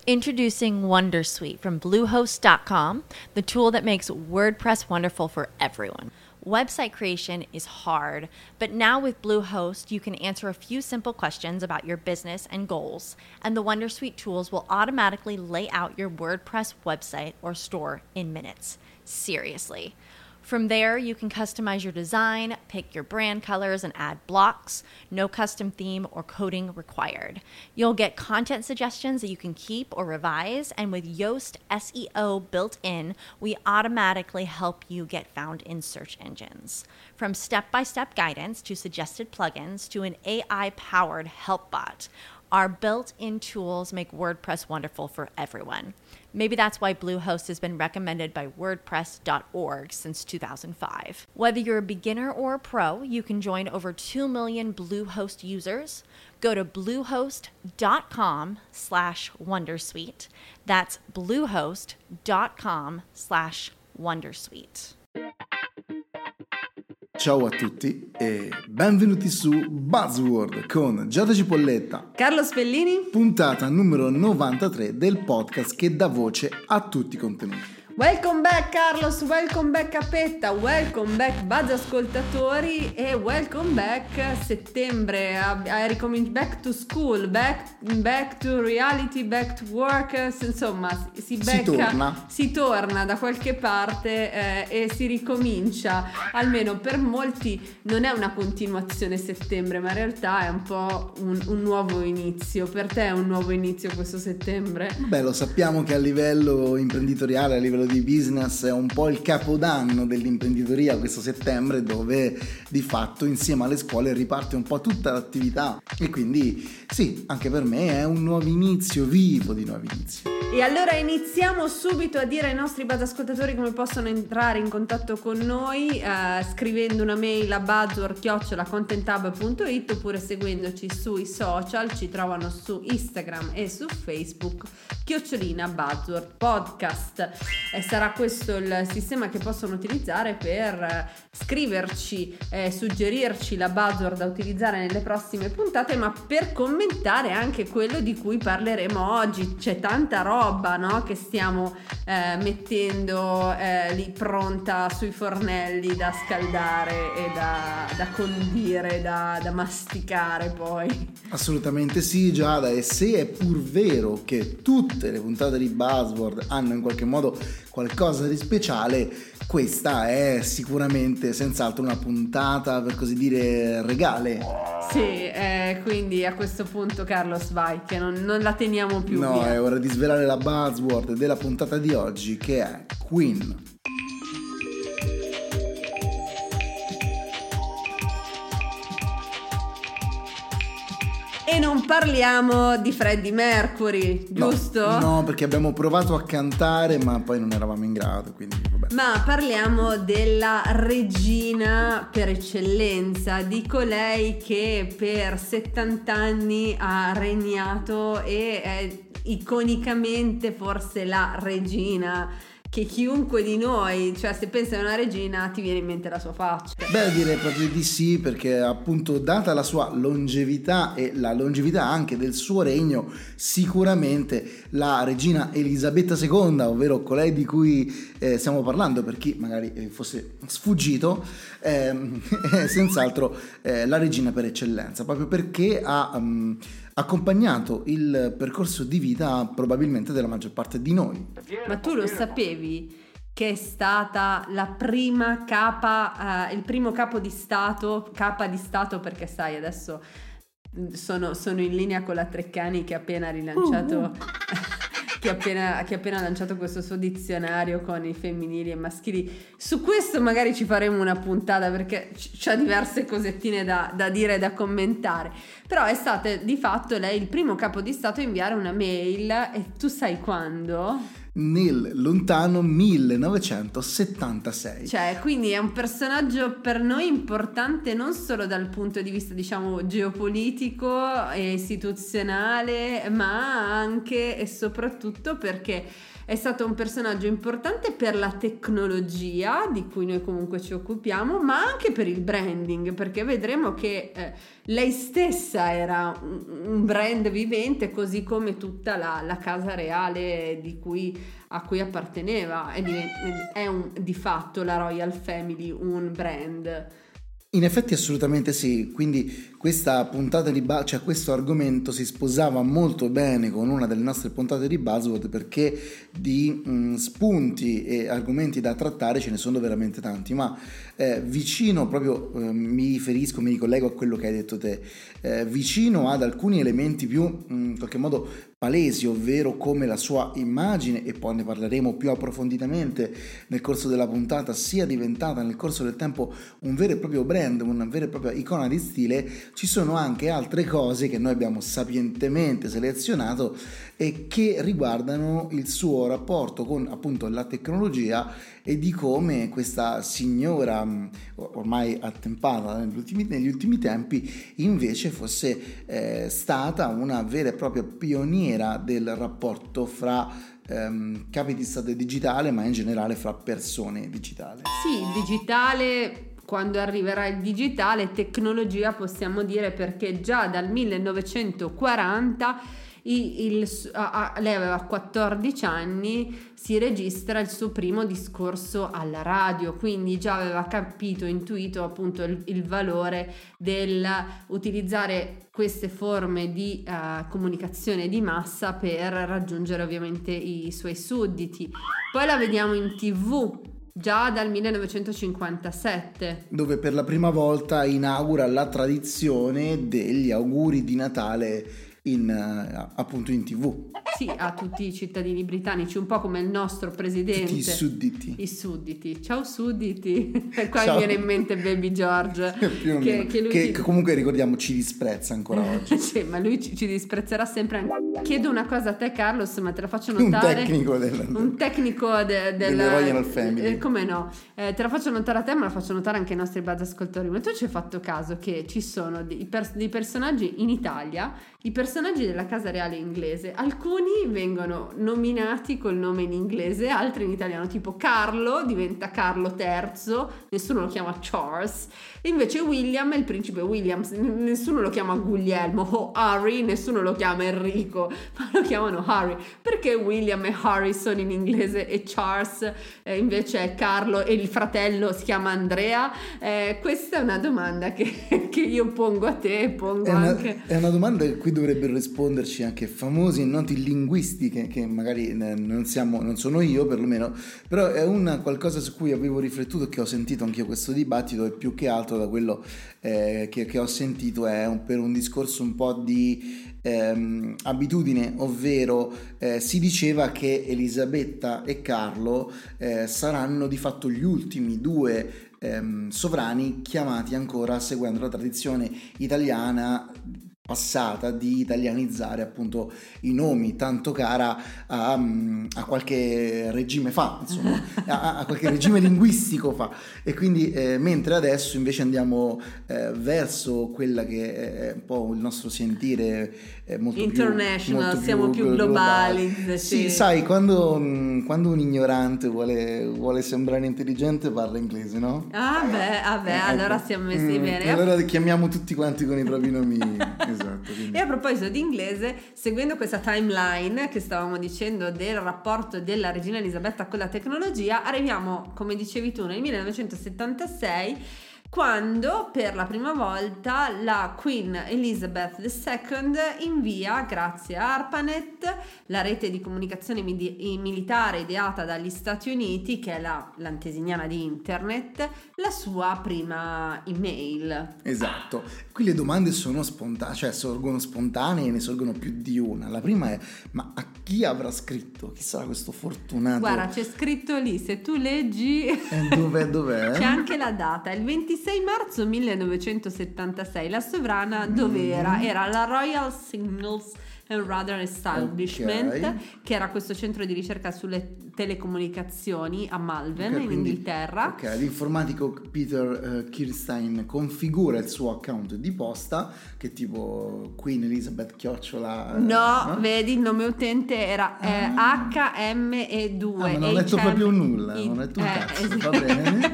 Introducing Wondersuite from Bluehost.com, the tool that makes WordPress wonderful for everyone. Website creation is hard, but now with Bluehost, you can answer a few simple questions about your business and goals, and the Wondersuite tools will automatically lay out your WordPress website or store in minutes. Seriously. From there, you can customize your design, pick your brand colors, and add blocks. No custom theme or coding required. You'll get content suggestions that you can keep or revise, and with Yoast SEO built in, we automatically help you get found in search engines. From step-by-step guidance to suggested plugins to an AI-powered help bot, our built-in tools make WordPress wonderful for everyone. Maybe that's why Bluehost has been recommended by WordPress.org since 2005. Whether you're a beginner or a pro, you can join over 2 million Bluehost users. Go to bluehost.com/wondersuite. That's bluehost.com/wondersuite. Ciao a tutti e benvenuti su Buzzword con Giada Cipolletta, Carlo Spellini, puntata numero 93 del podcast che dà voce a tutti i contenuti. Welcome back Carlos, welcome back Cappetta, welcome back Buzz ascoltatori e welcome back settembre, back to school, back to reality, back to work, insomma si torna da qualche parte e si ricomincia, almeno per molti non è una continuazione settembre, ma in realtà è un po' un nuovo inizio. Per te è un nuovo inizio questo settembre? Beh, lo sappiamo che a livello imprenditoriale, a livello di business è un po' il capodanno dell'imprenditoria questo settembre, dove di fatto insieme alle scuole riparte un po' tutta l'attività e quindi sì, anche per me è un nuovo inizio, vivo di nuovi inizi. E allora iniziamo subito a dire ai nostri buzz ascoltatori come possono entrare in contatto con noi, scrivendo una mail a buzzword@contenthub.it oppure seguendoci sui social. Ci trovano su Instagram e su Facebook @Buzzword Podcast. Sarà questo il sistema che possono utilizzare per scriverci, suggerirci la buzzword da utilizzare nelle prossime puntate, ma per commentare anche quello di cui parleremo oggi. C'è tanta roba, no? Che stiamo mettendo lì pronta sui fornelli da scaldare e da condire, da masticare poi. Assolutamente sì, Giada, e se è pur vero che tutte le puntate di Buzzword hanno in qualche modo qualcosa di speciale, questa è sicuramente senz'altro una puntata, per così dire, regale. Sì, quindi a questo punto Carlos vai, che non la teniamo più no, via. È ora di svelare la buzzword della puntata di oggi, che è Queen. E non parliamo di Freddie Mercury, giusto? No, perché abbiamo provato a cantare ma poi non eravamo in grado, quindi vabbè. Ma parliamo della regina per eccellenza, di colei che per 70 anni ha regnato e è iconicamente forse la regina che chiunque di noi, cioè se pensa a una regina ti viene in mente la sua faccia. Beh, direi proprio di sì, perché appunto data la sua longevità e la longevità anche del suo regno, sicuramente la regina Elisabetta II, ovvero colei di cui stiamo parlando, per chi magari fosse sfuggito, è senz'altro la regina per eccellenza, proprio perché ha accompagnato il percorso di vita probabilmente della maggior parte di noi. Ma tu lo sapevi che è stata la prima capa, il primo capa di stato, perché sai adesso sono in linea con la Treccani che ha appena rilanciato che ha appena lanciato questo suo dizionario con i femminili e maschili. Su questo magari ci faremo una puntata, perché c'ha diverse cosettine da dire e da commentare. Però è stata di fatto lei il primo capo di stato a inviare una mail, e tu sai quando? nel lontano 1976. Cioè, quindi è un personaggio per noi importante non solo dal punto di vista, diciamo, geopolitico e istituzionale, ma anche e soprattutto perché è stato un personaggio importante per la tecnologia di cui noi comunque ci occupiamo, ma anche per il branding, perché vedremo che lei stessa era un brand vivente, così come tutta la casa reale a cui apparteneva. È di fatto la Royal Family un brand. In effetti assolutamente sì, quindi questa puntata di cioè questo argomento si sposava molto bene con una delle nostre puntate di Buzzword, perché di spunti e argomenti da trattare ce ne sono veramente tanti, ma vicino proprio mi ricollego a quello che hai detto te, vicino ad alcuni elementi più in qualche modo palesi, ovvero come la sua immagine, e poi ne parleremo più approfonditamente nel corso della puntata, sia diventata nel corso del tempo un vero e proprio brand, una vera e propria icona di stile. Ci sono anche altre cose che noi abbiamo sapientemente selezionato e che riguardano il suo rapporto con appunto la tecnologia e di come questa signora ormai attempata negli ultimi tempi invece fosse stata una vera e propria pioniera del rapporto fra capi di stato digitale, ma in generale fra persone digitali. Sì, digitale. Quando arriverà il digitale, tecnologia possiamo dire, perché già dal 1940 lei aveva 14 anni, si registra il suo primo discorso alla radio, quindi già aveva intuito appunto il valore del utilizzare queste forme di comunicazione di massa per raggiungere ovviamente i suoi sudditi. Poi la vediamo in TV già dal 1957, dove per la prima volta inaugura la tradizione degli auguri di Natale appunto in TV. Sì, a tutti i cittadini britannici, un po' come il nostro presidente. Tutti i sudditi. I sudditi. Ciao sudditi. E qua Ciao. mi viene in mente Baby George. che comunque ricordiamo ci disprezza ancora oggi. Sì, ma lui ci disprezzerà sempre. Chiedo una cosa a te, Carlos, ma te la faccio notare. Un tecnico della Royal Family. Come no? Te la faccio notare a te, ma la faccio notare anche ai nostri buzz ascoltatori. Ma tu ci hai fatto caso che ci sono dei personaggi in Italia, i personaggi della casa reale inglese, alcuni vengono nominati col nome in inglese, altri in italiano, tipo Carlo diventa Carlo III, nessuno lo chiama Charles, e invece William è il principe William, nessuno lo chiama Guglielmo, o Harry, nessuno lo chiama Enrico, ma lo chiamano Harry. Perché William e Harry sono in inglese e Charles invece è Carlo e il fratello si chiama Andrea? Questa è una domanda che io pongo a te e pongo anche... È una domanda a cui dovrebbero risponderci anche famosi e noti linguisti che magari non sono io perlomeno, però è qualcosa su cui avevo riflettuto e che ho sentito anch'io questo dibattito, e più che altro da quello che ho sentito è per un discorso un po' di abitudine, ovvero si diceva che Elisabetta e Carlo saranno di fatto gli ultimi due sovrani chiamati ancora seguendo la tradizione italiana passata di italianizzare appunto i nomi, tanto cara a qualche regime fa, insomma, a qualche regime linguistico fa, e quindi mentre adesso invece andiamo verso quella che è un po' il nostro sentire molto international, molto siamo più globali. Sì, sai, quando un ignorante vuole sembrare intelligente parla inglese, no? Allora siamo messi bene. Allora chiamiamo tutti quanti con i propri nomi. Esatto, e a proposito di inglese, seguendo questa timeline che stavamo dicendo del rapporto della regina Elisabetta con la tecnologia, arriviamo, come dicevi tu, nel 1976, quando per la prima volta la Queen Elizabeth II invia, grazie a ARPANET, la rete di comunicazione militare ideata dagli Stati Uniti, che è l'antesignana di internet, la sua prima email. Esatto. Qui le domande sono spontanee, cioè sorgono spontanee, e ne sorgono più di una. La prima è: ma a chi avrà scritto? Chi sarà questo fortunato? Guarda, c'è scritto lì, se tu leggi dov'è? C'è anche la data, il 26 marzo 1976. La sovrana dov'era? Era la Royal Signals and Radar Establishment, Ok. che era questo centro di ricerca sulle telecomunicazioni a Malvern, Ok, in quindi- Inghilterra. Ok, l'informatico Peter Kirstein configura il suo account di posta, che tipo Queen Elizabeth chiocciola... No, vedi, il nome utente era HME2. Ah, ma non ho letto proprio nulla, non ho letto un cazzo, va bene.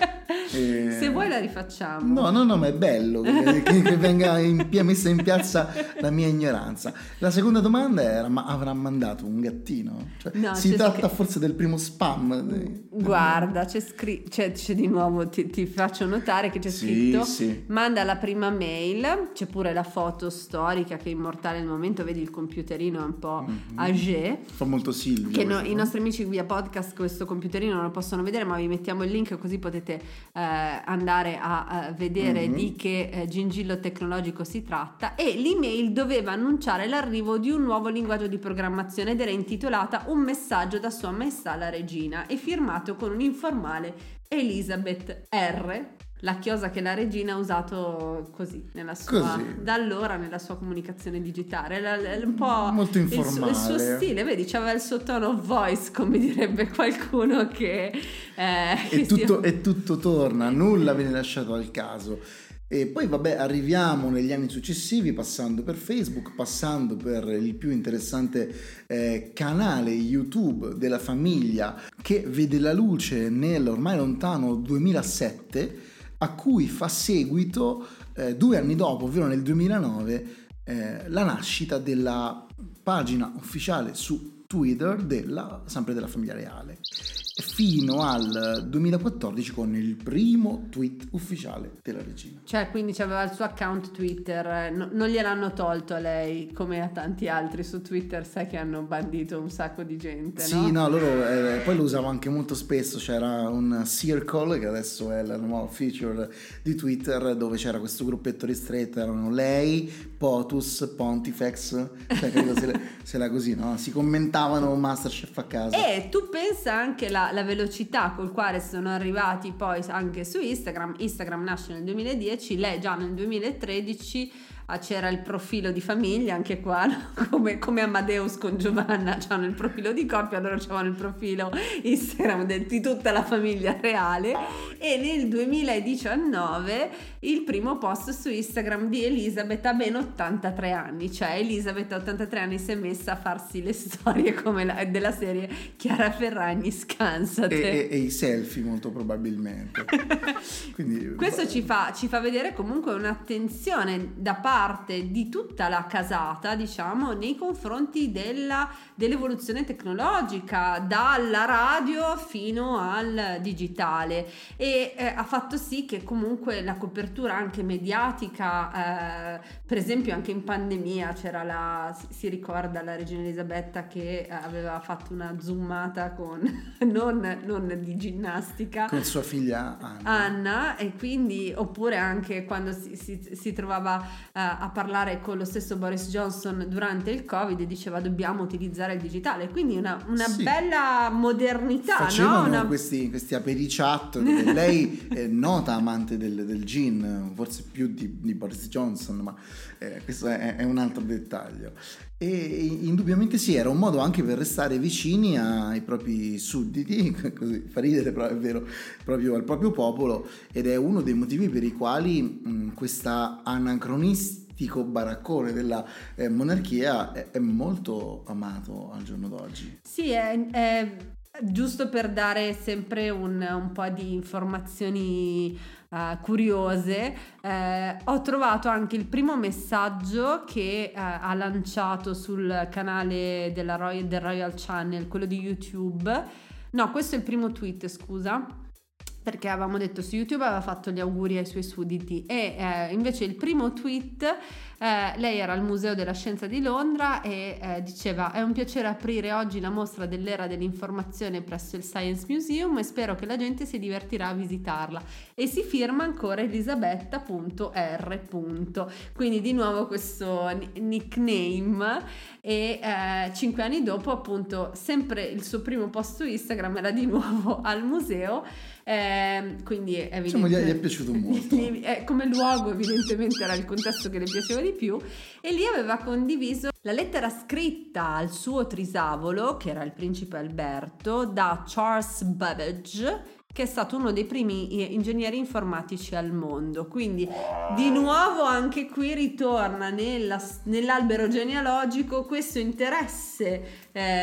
Se vuoi la rifacciamo. No, ma è bello che venga messa in piazza la mia ignoranza. La seconda domanda era: ma avrà mandato un gattino? Cioè, No, si c'è tratta forse del primo spam? Guarda, c'è di nuovo, ti faccio notare che c'è Sì, scritto: sì. manda la prima mail, c'è pure la foto storica che è immortale al momento, vedi il computerino è un po' âgé. Fa molto Silvio. Che questo, i nostri amici via podcast questo computerino non lo possono vedere, ma vi mettiamo il link così potete andare a vedere di che gingillo tecnologico si tratta. E l'email doveva annunciare l'arrivo di un nuovo linguaggio di programmazione ed era intitolata Un messaggio da Sua Maestà la Regina e firmato con un informale Elizabeth R., la chiosa che la regina ha usato così, da allora nella sua comunicazione digitale. È un po' molto il informale. suo stile, vedi, c'aveva il suo tone of voice, come direbbe qualcuno che e tutto torna, nulla viene lasciato al caso. E poi vabbè, arriviamo negli anni successivi, passando per Facebook, passando per il più interessante canale YouTube della famiglia, che vede la luce nell'ormai lontano 2007, a cui fa seguito 2 anni dopo, ovvero nel 2009, la nascita della pagina ufficiale su Twitter sempre della famiglia reale, fino al 2014 con il primo tweet ufficiale della regina. Cioè, quindi c'aveva il suo account Twitter, non gliel'hanno tolto a lei come a tanti altri su Twitter, sai che hanno bandito un sacco di gente, sì, no, loro poi lo usavo anche molto spesso, c'era un circle che adesso è la nuova feature di Twitter, dove c'era questo gruppetto ristretto, erano lei, POTUS, Pontifex, cioè credo se la così, no? Si commentavano Masterchef a casa. E tu pensa anche la velocità col quale sono arrivati poi anche su Instagram nasce nel 2010, lei già nel 2013 c'era il profilo di famiglia, anche qua, no? come Amadeus con Giovanna c'hanno il profilo di coppia, loro c'avevano il profilo Instagram di tutta la famiglia reale. E nel 2019 il primo post su Instagram di Elizabeth a ben 83 anni, cioè Elizabeth a 83 anni si è messa a farsi le storie come della serie Chiara Ferragni Scansate e i selfie molto probabilmente. Quindi, questo ci fa vedere comunque un'attenzione da parte di tutta la casata, diciamo, nei confronti dell'evoluzione tecnologica, dalla radio fino al digitale, e ha fatto sì che comunque la copertura anche mediatica, per esempio anche in pandemia c'era si ricorda la regina Elisabetta che aveva fatto una zoomata con non di ginnastica con sua figlia Anna, e quindi oppure anche quando si trovava a parlare con lo stesso Boris Johnson durante il Covid e diceva dobbiamo utilizzare il digitale, quindi una sì, bella modernità, facevano, no? questi aperichat. Lei è nota amante del gin, forse più di Boris Johnson, ma questo è un altro dettaglio. E indubbiamente sì, era un modo anche per restare vicini ai propri sudditi, così fa ridere, però è vero, proprio al proprio popolo, ed è uno dei motivi per i quali questa anacronistico baraccone della monarchia è molto amato al giorno d'oggi. Sì, è giusto per dare sempre un po' di informazioni curiose. Ho trovato anche il primo messaggio che ha lanciato sul canale del Royal Channel, quello di YouTube. No, questo è il primo tweet, scusa, perché avevamo detto su YouTube aveva fatto gli auguri ai suoi sudditi, e invece il primo tweet, lei era al Museo della Scienza di Londra e diceva: è un piacere aprire oggi la mostra dell'era dell'informazione presso il Science Museum e spero che la gente si divertirà a visitarla, e si firma ancora Elisabetta.R. Quindi di nuovo questo nickname. E 5 anni dopo, appunto, sempre il suo primo post su Instagram era di nuovo al museo, Quindi è diciamo, gli è piaciuto molto. Come luogo evidentemente era il contesto che le piaceva di più, e lì aveva condiviso la lettera scritta al suo trisavolo, che era il principe Alberto, da Charles Babbage, che è stato uno dei primi ingegneri informatici al mondo. Quindi di nuovo anche qui ritorna nell'albero genealogico questo interesse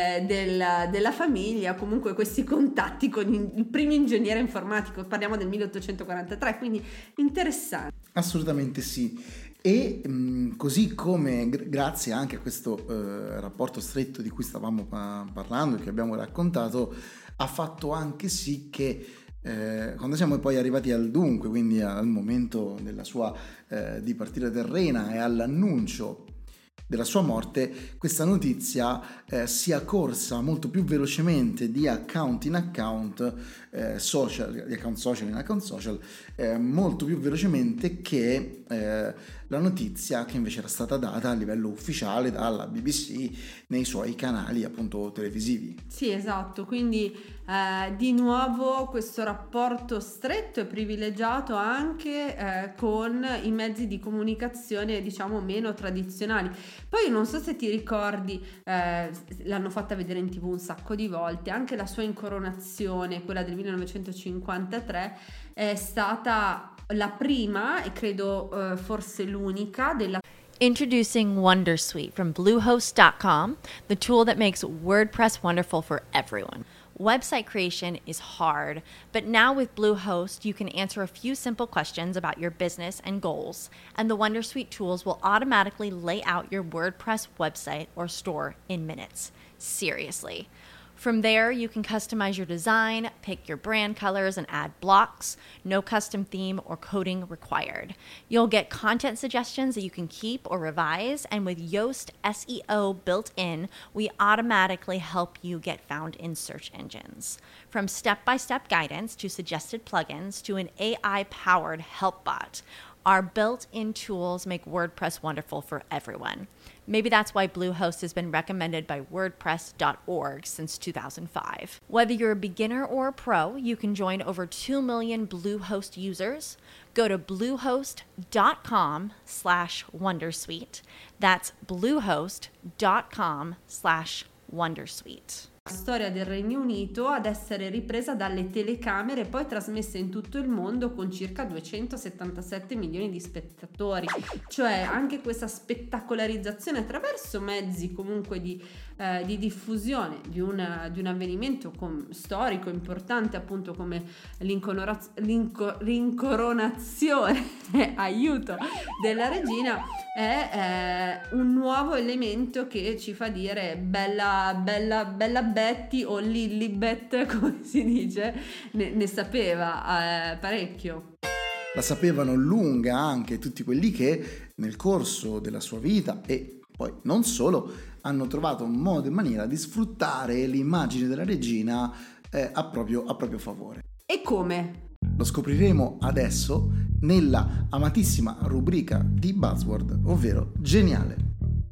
della famiglia, comunque questi contatti con il primo ingegnere informatico. Parliamo del 1843, quindi interessante. Assolutamente sì. E così come grazie anche a questo rapporto stretto di cui stavamo parlando, che abbiamo raccontato, ha fatto anche sì che quando siamo poi arrivati al dunque, quindi al momento della sua dipartita terrena e all'annuncio della sua morte, questa notizia sia corsa molto più velocemente di account in account social, di account social in account social, molto più velocemente che la notizia che invece era stata data a livello ufficiale dalla BBC nei suoi canali appunto televisivi. Sì, esatto, quindi di nuovo questo rapporto stretto e privilegiato anche con i mezzi di comunicazione, diciamo, meno tradizionali. Poi non so se ti ricordi, l'hanno fatta vedere in TV un sacco di volte, anche la sua incoronazione, quella del 1953, è stata la prima e credo forse l'unica della. Introducing Wondersuite from Bluehost.com, the tool that makes WordPress wonderful for everyone. Website creation is hard, but now with Bluehost, you can answer a few simple questions about your business and goals, and the Wondersuite tools will automatically lay out your WordPress website or store in minutes. Seriously. From there, you can customize your design, pick your brand colors, and add blocks. No custom theme or coding required. You'll get content suggestions that you can keep or revise, and with Yoast SEO built in, we automatically help you get found in search engines. From step-by-step guidance to suggested plugins to an AI-powered help bot, our built-in tools make WordPress wonderful for everyone. Maybe that's why Bluehost has been recommended by WordPress.org since 2005. Whether you're a beginner or a pro, you can join over 2 million Bluehost users. Go to bluehost.com/wondersuite. That's bluehost.com/wondersuite. La storia del Regno Unito ad essere ripresa dalle telecamere e poi trasmessa in tutto il mondo con circa 277 milioni di spettatori, cioè anche questa spettacolarizzazione attraverso mezzi comunque di diffusione di un avvenimento storico importante, appunto come l'incoronazione aiuto della regina, è un nuovo elemento che ci fa dire bella Betty o Lilibet, come si dice, ne sapeva parecchio. La sapevano lunga anche tutti quelli che nel corso della sua vita e poi non solo hanno trovato un modo e maniera di sfruttare l'immagine della regina a proprio favore. E come? Lo scopriremo adesso nella amatissima rubrica di Buzzword, ovvero Geniale.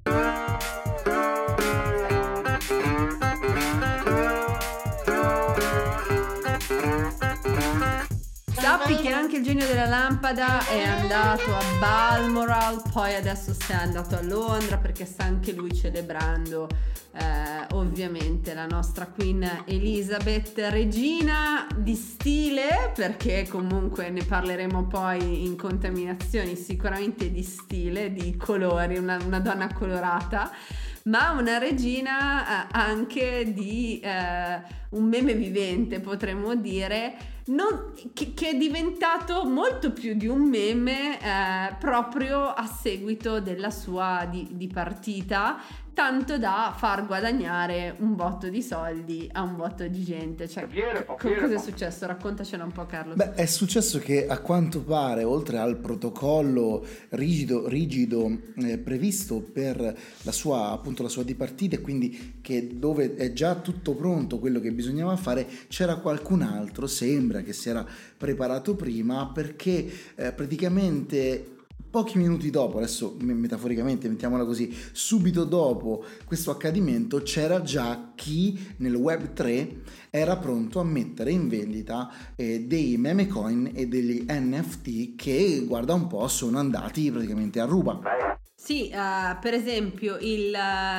Sappi che anche il genio della lampada è andato a Balmoral, poi adesso è andato a Londra perché sta anche lui celebrando ovviamente la nostra Queen Elizabeth, regina di stile, perché comunque ne parleremo poi in Contaminazioni, sicuramente di stile, di colori, una donna colorata, ma una regina anche di un meme vivente, potremmo dire, che è diventato molto più di un meme proprio a seguito della sua dipartita, tanto da far guadagnare un botto di soldi a un botto di gente. Cioè, cosa è successo? Raccontacela un po', Carlo. Beh, è successo che a quanto pare, oltre al protocollo rigido previsto per la sua dipartita, e quindi dove è già tutto pronto quello che bisognava fare, c'era qualcun altro, sembra, che si era preparato prima, perché praticamente Pochi minuti dopo, adesso metaforicamente mettiamola così, subito dopo questo accadimento c'era già chi nel Web 3 era pronto a mettere in vendita dei meme coin e degli NFT che, guarda un po', sono andati praticamente a ruba. Sì, per esempio il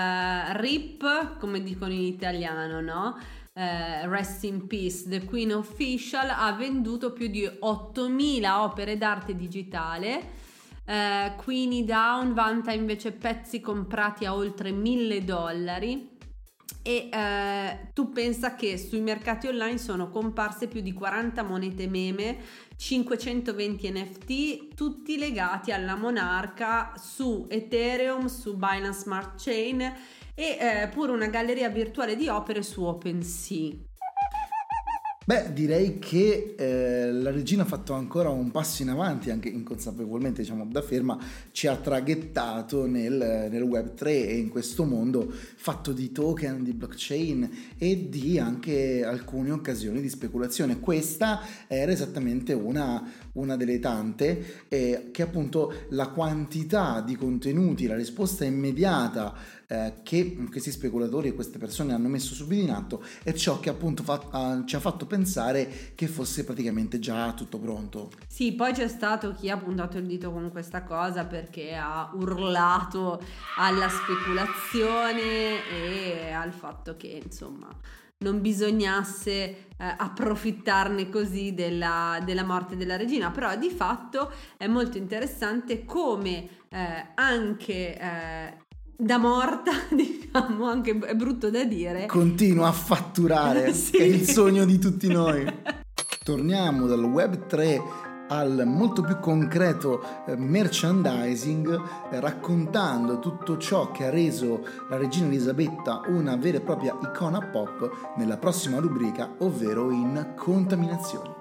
RIP, come dicono in italiano, no? Rest in Peace, The Queen Official, ha venduto più di 8.000 opere d'arte digitale. Queenie Down vanta invece pezzi comprati a oltre $1.000 e tu pensa che sui mercati online sono comparse più di 40 monete meme, 520 NFT, tutti legati alla monarca su Ethereum, su Binance Smart Chain e pure una galleria virtuale di opere su OpenSea. Beh, direi che la regina ha fatto ancora un passo in avanti, anche inconsapevolmente, diciamo, da ferma, ci ha traghettato nel Web 3 e in questo mondo fatto di token, di blockchain e di anche alcune occasioni di speculazione. Questa era esattamente una delle tante, che appunto la quantità di contenuti, la risposta immediata che questi speculatori e queste persone hanno messo subito in atto è ciò che appunto ci ha fatto pensare che fosse praticamente già tutto pronto. Sì, poi c'è stato chi ha puntato il dito con questa cosa perché ha urlato alla speculazione e al fatto che insomma non bisognasse approfittarne così della morte della regina, però di fatto è molto interessante come anche da morta, diciamo, anche è brutto da dire, continua a fatturare, sì. Che è il sogno di tutti noi. Torniamo dal Web 3 al molto più concreto merchandising, raccontando tutto ciò che ha reso la regina Elisabetta una vera e propria icona pop nella prossima rubrica, ovvero in Contaminazioni.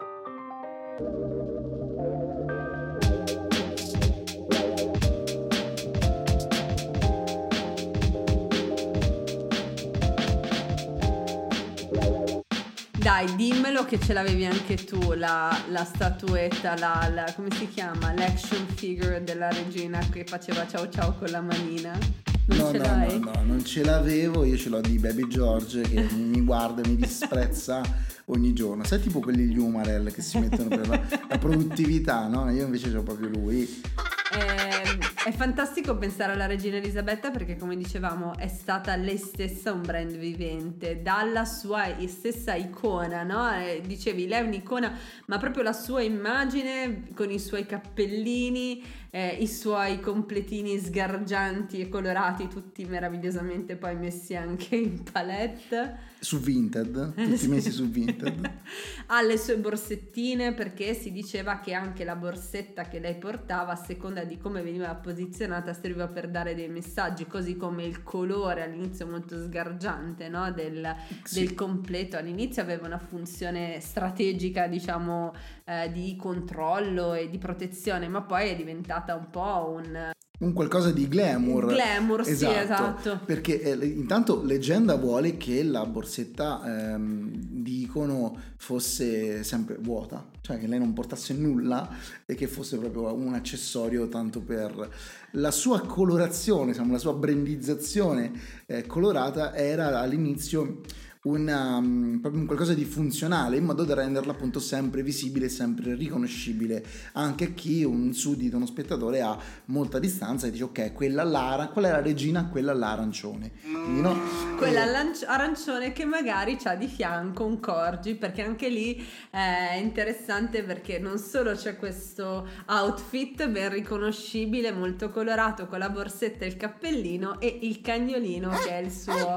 Dai, dimmelo che ce l'avevi anche tu, la statuetta, come si chiama? L'action figure della regina che faceva ciao ciao con la manina. No, non ce l'avevo, io ce l'ho di Baby George che mi guarda e mi disprezza ogni giorno. Sai, tipo quelli gli Umarell che si mettono per la produttività, no? Io invece c'ho proprio lui. È fantastico pensare alla regina Elisabetta perché, come dicevamo, è stata lei stessa un brand vivente, dalla sua stessa icona, no? Dicevi, lei è un'icona, ma proprio la sua immagine con i suoi cappellini, i suoi completini sgargianti e colorati, tutti meravigliosamente poi messi anche in palette. Su Vinted, tutti messi su Vinted. Ha le sue borsettine perché si diceva che anche la borsetta che lei portava, a seconda di come veniva posizionata, serviva per dare dei messaggi, così come il colore all'inizio molto sgargiante, no? del completo. All'inizio aveva una funzione strategica, diciamo, di controllo e di protezione, ma poi è diventata un po' un qualcosa di glamour. Glamour, sì, esatto. Perché intanto leggenda vuole che la borsetta dicono fosse sempre vuota, cioè che lei non portasse nulla e che fosse proprio un accessorio tanto per la sua colorazione, insomma, la sua brandizzazione colorata era all'inizio proprio un qualcosa di funzionale, in modo da renderla appunto sempre visibile, sempre riconoscibile anche a chi, un suddito, uno spettatore, ha molta distanza e dice ok, quella è la regina, quella l'arancione, quindi no, quella arancione che magari c'ha di fianco un corgi, perché anche lì è interessante perché non solo c'è questo outfit ben riconoscibile, molto colorato, con la borsetta e il cappellino e il cagnolino che è il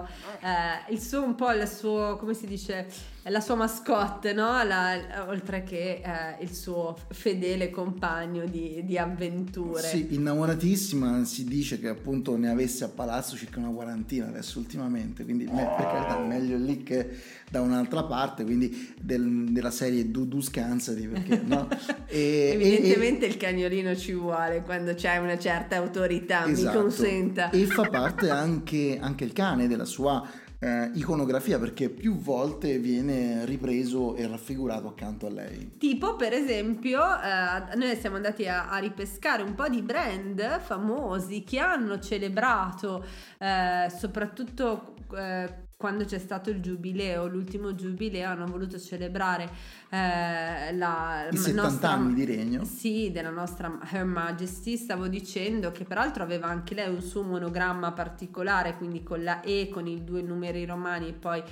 suo un po' il suo, come si dice, la sua mascotte, no? Oltre che il suo fedele compagno di avventure. Sì, innamoratissima, si dice che appunto ne avesse a palazzo circa una quarantina adesso ultimamente, quindi per carità meglio lì che da un'altra parte, quindi della serie Dudu scansati, perché no? Evidentemente il cagnolino ci vuole quando c'è una certa autorità, esatto, mi consenta. E fa parte anche il cane della sua iconografia, perché più volte viene ripreso e raffigurato accanto a lei. Tipo, per esempio, noi siamo andati a ripescare un po' di brand famosi che hanno celebrato, soprattutto quando c'è stato il giubileo, l'ultimo giubileo, hanno voluto celebrare i 70 anni di regno. Sì, della nostra Her Majesty. Stavo dicendo che peraltro aveva anche lei un suo monogramma particolare, quindi con la E, con i 2 numeri romani e poi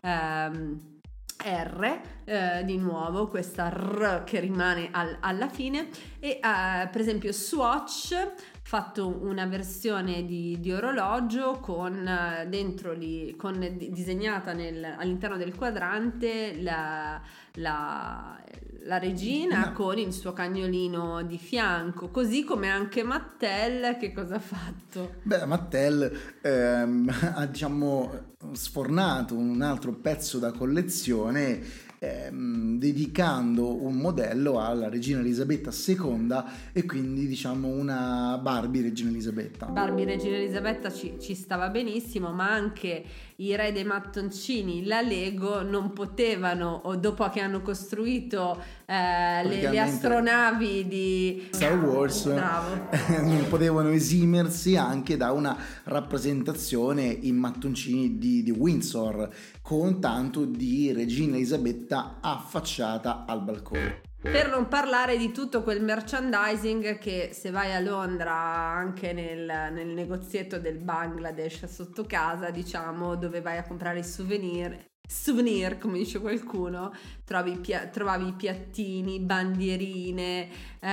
R, di nuovo questa R che rimane alla fine. E per esempio Swatch fatto una versione di orologio con dentro disegnata all'interno del quadrante la regina con il suo cagnolino di fianco, così come anche Mattel. Che cosa ha fatto? Beh, Mattel ha diciamo sfornato un altro pezzo da collezione dedicando un modello alla regina Elisabetta II e quindi diciamo una Barbie regina Elisabetta. Barbie regina Elisabetta ci stava benissimo, ma anche i re dei mattoncini, la Lego, non potevano, o dopo che hanno costruito le astronavi di Star Wars, non potevano esimersi anche da una rappresentazione in mattoncini di Windsor, con tanto di regina Elisabetta affacciata al balcone. Per non parlare di tutto quel merchandising che, se vai a Londra, anche nel negozietto del Bangladesh sotto casa, diciamo, dove vai a comprare i souvenir, come dice qualcuno, trovavi i piattini, bandierine,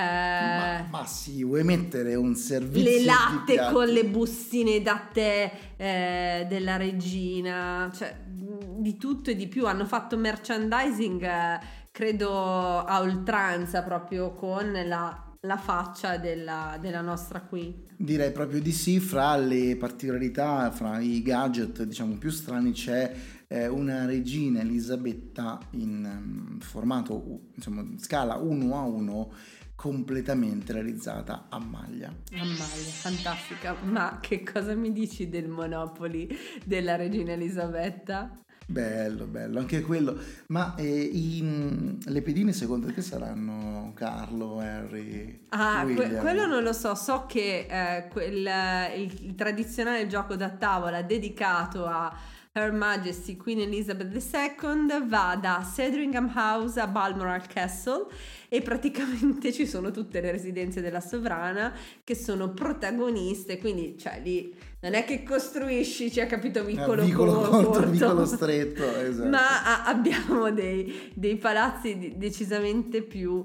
ma sì, vuoi mettere un servizio le latte con le bustine da tè della regina, cioè di tutto e di più. Hanno fatto merchandising credo a oltranza, proprio con la faccia della nostra qui. Direi proprio di sì. Fra le particolarità, fra i gadget diciamo più strani, c'è una regina Elisabetta in formato, insomma, scala 1:1, completamente realizzata a maglia. A maglia, fantastica. Ma che cosa mi dici del Monopoly della regina Elisabetta? Bello, anche quello. Ma le pedine secondo te saranno Carlo, Harry, William? Quello non lo so che il tradizionale gioco da tavola dedicato a Her Majesty Queen Elizabeth II va da Sandringham House a Balmoral Castle, e praticamente ci sono tutte le residenze della sovrana che sono protagoniste, quindi cioè lì non è che costruisci, cioè, capito, vicolo corto, vicolo stretto, esatto. Ma abbiamo dei palazzi decisamente più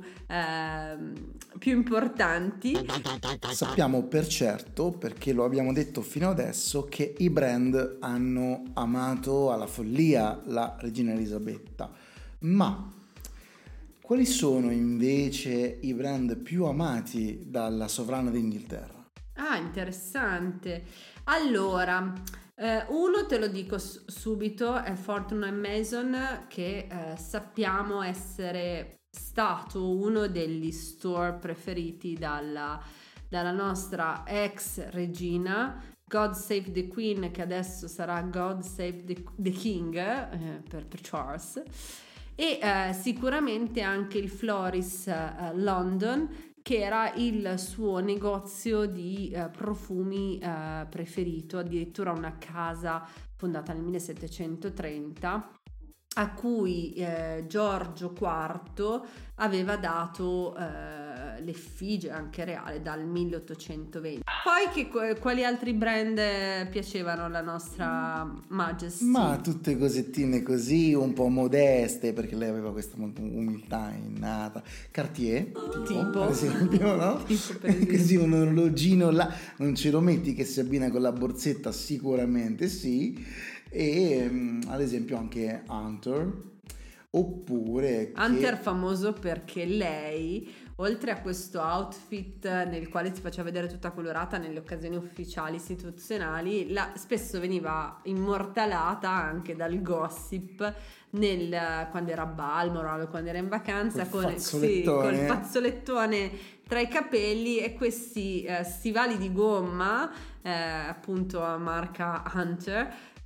importanti. Sappiamo per certo, perché lo abbiamo detto fino adesso, che i brand hanno amato alla follia la regina Elisabetta, ma quali sono invece i brand più amati dalla sovrana d'Inghilterra? Ah, interessante. Allora, uno te lo dico subito, è Fortnum & Mason, che sappiamo essere stato uno degli store preferiti dalla nostra ex regina. God Save the Queen, che adesso sarà God Save the King, per Charles. E sicuramente anche il Floris London, che era il suo negozio di profumi preferito, addirittura una casa fondata nel 1730 a cui Giorgio IV aveva dato l'effigie anche reale dal 1820. Poi quali altri brand piacevano alla nostra Majesty? Ma tutte cosettine così un po' modeste, perché lei aveva questa umiltà innata. Cartier, tipo per esempio, no? Così un orologino là, non ce lo metti che si abbina con la borsetta? Sicuramente sì. E ad esempio anche Hunter, oppure Hunter famoso perché lei, oltre a questo outfit nel quale si faceva vedere tutta colorata nelle occasioni ufficiali istituzionali, spesso veniva immortalata anche dal gossip quando era a Balmoral, quando era in vacanza col fazzolettone tra i capelli e questi stivali di gomma, appunto a marca Hunter,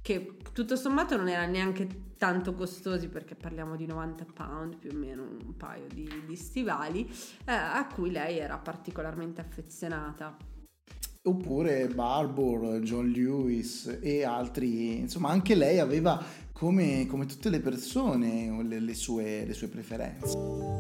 che tutto sommato non erano neanche tanto costosi, perché parliamo di 90 pound più o meno, un paio di stivali, a cui lei era particolarmente affezionata. Oppure Barbour, John Lewis e altri, insomma anche lei aveva come tutte le persone le sue preferenze.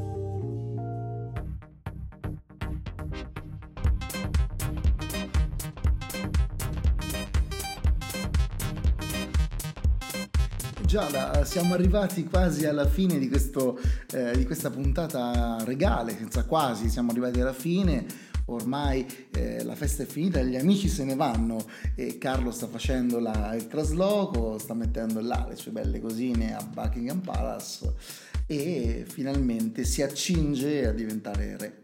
Giada, siamo arrivati quasi alla fine di questa puntata regale, senza quasi, siamo arrivati alla fine, ormai la festa è finita, gli amici se ne vanno e Carlo sta facendo il trasloco, sta mettendo là le sue belle cosine a Buckingham Palace e finalmente si accinge a diventare re.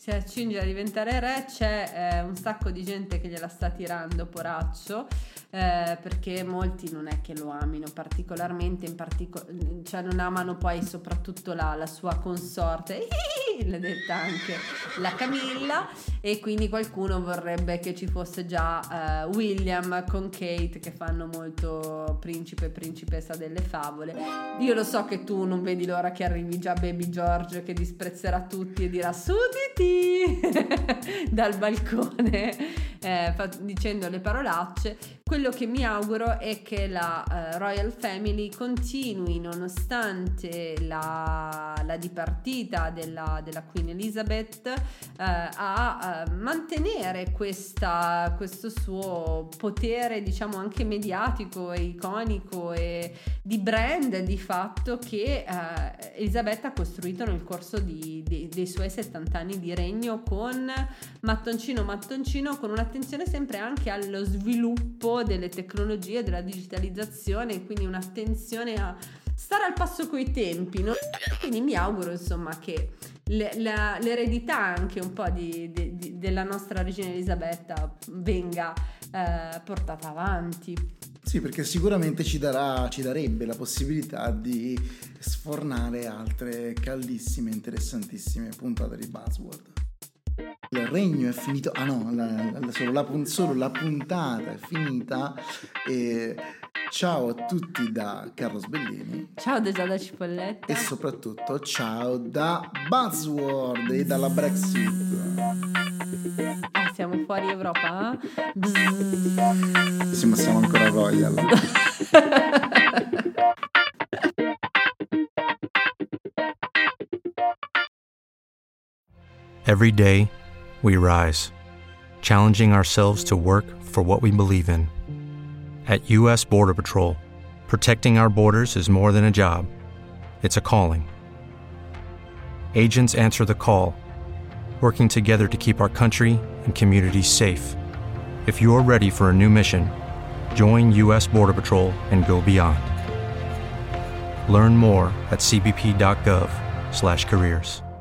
C'è un sacco di gente che gliela sta tirando, poraccio, perché molti non è che lo amino particolarmente, cioè non amano poi soprattutto la sua consorte, l'ha detta anche la Camilla, e quindi qualcuno vorrebbe che ci fosse già William con Kate, che fanno molto principe e principessa delle favole. Io lo so che tu non vedi l'ora che arrivi già Baby George, che disprezzerà tutti e dirà sudditi dal balcone dicendo le parolacce. Quello che mi auguro è che la Royal Family continui, nonostante la dipartita della Queen Elizabeth, a mantenere questo suo potere, diciamo anche mediatico e iconico e di brand, di fatto, che Elisabetta ha costruito nel corso dei suoi 70 anni di regno, con mattoncino, con un'attenzione sempre anche allo sviluppo delle tecnologie, della digitalizzazione, quindi un'attenzione a stare al passo coi tempi, no? Quindi mi auguro insomma che l'eredità anche un po' della nostra regina Elisabetta venga portata avanti. Sì, perché sicuramente ci darebbe la possibilità di sfornare altre caldissime, interessantissime puntate di Buzzword. Il regno è finito, solo la puntata è finita. E ciao a tutti da Carlo Sbellini. Ciao da Giada Cipolletta. E soprattutto ciao da Buzzword e dalla Brexit. Siamo fuori Europa? Sì, ma siamo ancora Royal. Every day, we rise, challenging ourselves to work for what we believe in. At U.S. Border Patrol, protecting our borders is more than a job. It's a calling. Agents answer the call, working together to keep our country and communities safe. If you're ready for a new mission, join U.S. Border Patrol and go beyond. Learn more at cbp.gov/careers.